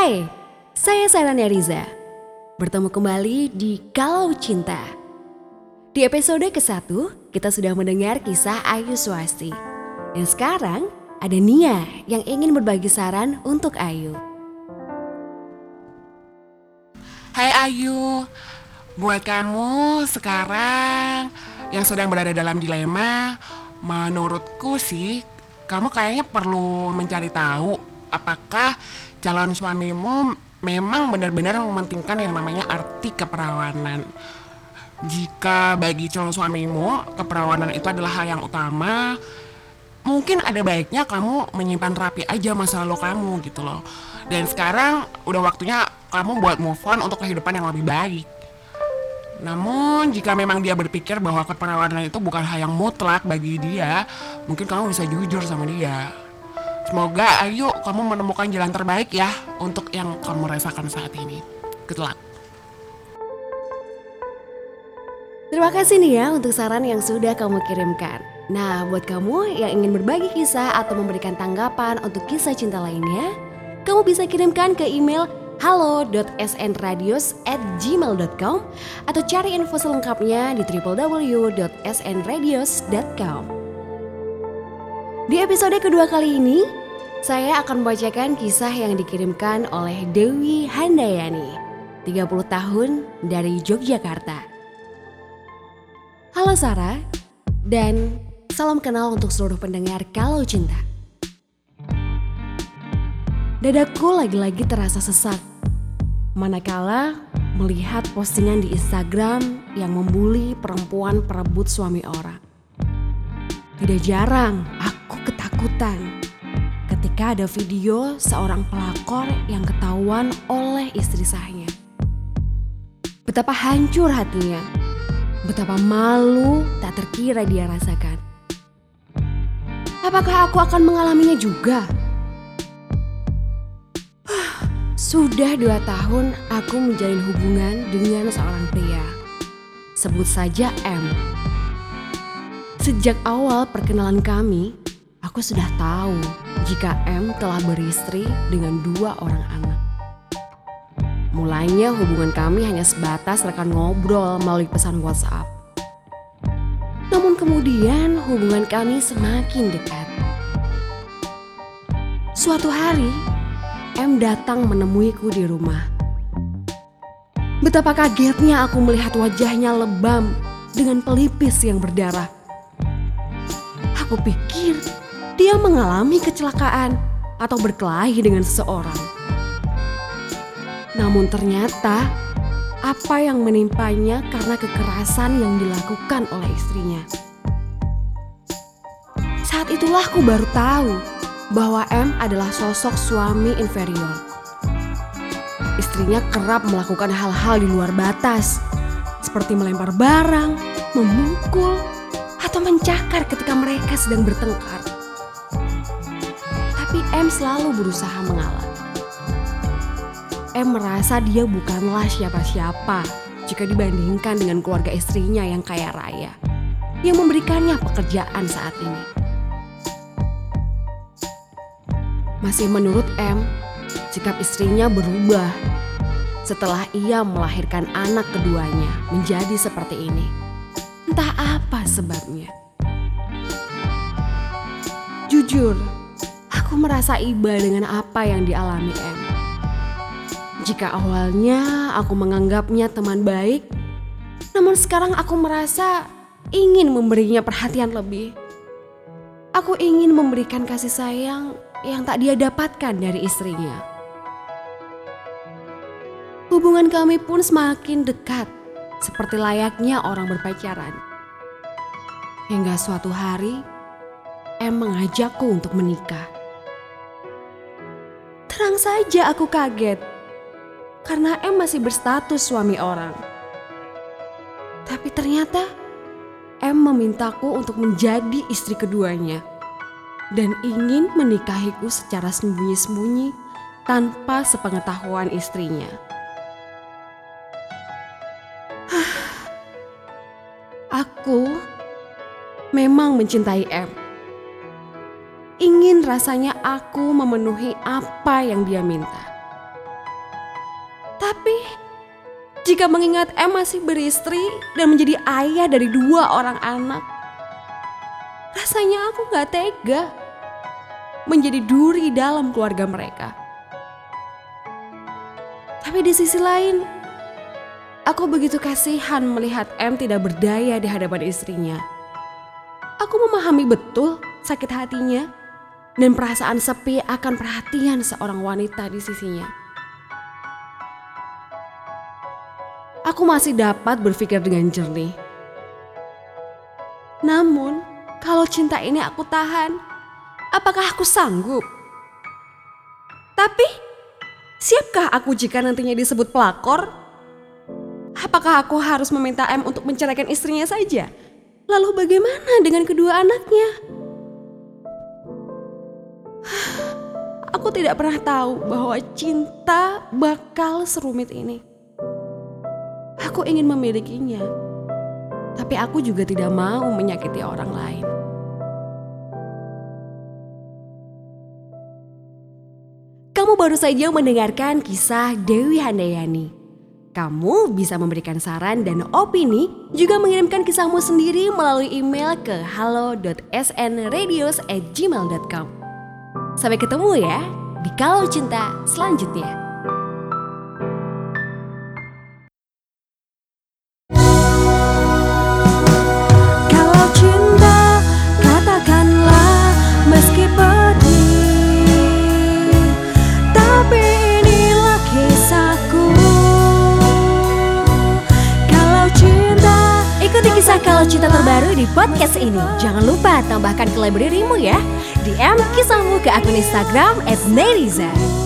Hai, saya Sarania Riza. Bertemu kembali di Kalau Cinta. Di episode ke-1, kita sudah mendengar kisah Ayu Swasti. Dan sekarang ada Nia yang ingin berbagi saran untuk Ayu. Hai Ayu, buat kamu sekarang yang sedang berada dalam dilema, menurutku sih kamu kayaknya perlu mencari tahu apakah calon suamimu memang benar-benar mementingkan yang namanya arti keperawanan. Jika bagi calon suamimu keperawanan itu adalah hal yang utama, mungkin ada baiknya kamu menyimpan rapi aja masa lalu kamu gitu loh. Dan sekarang udah waktunya kamu buat move on untuk kehidupan yang lebih baik. Namun jika memang dia berpikir bahwa keperawanan itu bukan hal yang mutlak bagi dia, mungkin kamu bisa jujur sama dia. Semoga Ayu kamu menemukan jalan terbaik ya untuk yang kamu rasakan saat ini. Good luck. Terima kasih nih ya untuk saran yang sudah kamu kirimkan. Nah, buat kamu yang ingin berbagi kisah atau memberikan tanggapan untuk kisah cinta lainnya, kamu bisa kirimkan ke email halo.snradios@gmail.com atau cari info selengkapnya di www.snradios.com. Di episode kedua kali ini, saya akan membacakan kisah yang dikirimkan oleh Dewi Handayani, 30 tahun dari Yogyakarta. Halo Sarah, dan salam kenal untuk seluruh pendengar Kalau Cinta. Dadaku lagi-lagi terasa sesak, manakala melihat postingan di Instagram yang membuli perempuan perebut suami orang. Tidak jarang aku ketakutan ketika ada video seorang pelakor yang ketahuan oleh istri sahnya. Betapa hancur hatinya, betapa malu tak terkira dia rasakan. Apakah aku akan mengalaminya juga? Sudah 2 tahun aku menjalin hubungan dengan seorang pria. Sebut saja M. Sejak awal perkenalan kami, aku sudah tahu jika M telah beristri dengan 2 orang anak. Mulainya hubungan kami hanya sebatas rekan ngobrol melalui pesan WhatsApp. Namun kemudian hubungan kami semakin dekat. Suatu hari, M datang menemuiku di rumah. Betapa kagetnya aku melihat wajahnya lebam dengan pelipis yang berdarah. Aku pikir dia mengalami kecelakaan atau berkelahi dengan seseorang. Namun ternyata apa yang menimpanya karena kekerasan yang dilakukan oleh istrinya. Saat itulah aku baru tahu bahwa M adalah sosok suami inferior. Istrinya kerap melakukan hal-hal di luar batas, seperti melempar barang, memukul, atau mencakar ketika mereka sedang bertengkar. Tapi M selalu berusaha mengalah. M merasa dia bukanlah siapa-siapa jika dibandingkan dengan keluarga istrinya yang kaya raya, yang memberikannya pekerjaan saat ini. Masih menurut M, sikap istrinya berubah setelah ia melahirkan anak keduanya menjadi seperti ini. Entah apa sebabnya. Jujur, aku merasa iba dengan apa yang dialami M. Jika awalnya aku menganggapnya teman baik, namun sekarang aku merasa ingin memberinya perhatian lebih. Aku ingin memberikan kasih sayang yang tak dia dapatkan dari istrinya. Hubungan kami pun semakin dekat, seperti layaknya orang berpacaran. Hingga suatu hari, M mengajakku untuk menikah. Terang saja aku kaget, karena M masih berstatus suami orang. Tapi ternyata M memintaku untuk menjadi istri keduanya dan ingin menikahiku secara sembunyi-sembunyi tanpa sepengetahuan istrinya. Aku memang mencintai M. Ingin rasanya aku memenuhi apa yang dia minta. Tapi jika mengingat M masih beristri dan menjadi ayah dari 2 orang anak, rasanya aku gak tega menjadi duri dalam keluarga mereka. Tapi di sisi lain, aku begitu kasihan melihat M tidak berdaya di hadapan istrinya. Aku memahami betul sakit hatinya dan perasaan sepi akan perhatian seorang wanita di sisinya. Aku masih dapat berpikir dengan jernih. Namun, kalau cinta ini aku tahan, apakah aku sanggup? Tapi, siapkah aku jika nantinya disebut pelakor? Apakah aku harus meminta M untuk menceraikan istrinya saja? Lalu bagaimana dengan kedua anaknya? Aku tidak pernah tahu bahwa cinta bakal serumit ini. Aku ingin memilikinya, tapi aku juga tidak mau menyakiti orang lain. Kamu baru saja mendengarkan kisah Dewi Handayani. Kamu bisa memberikan saran dan opini, juga mengirimkan kisahmu sendiri melalui email ke halo.snradios@gmail.com. Sampai ketemu ya di Kalau Cinta selanjutnya. Kalau cinta, katakanlah meski pedih, tapi inilah kisahku. Kalau cinta, ikuti kisah Kalau Cinta terbaru di podcast ini. Jangan lupa tambahkan ke library-mu ya. DM kisahmu ke akun Instagram @neriza.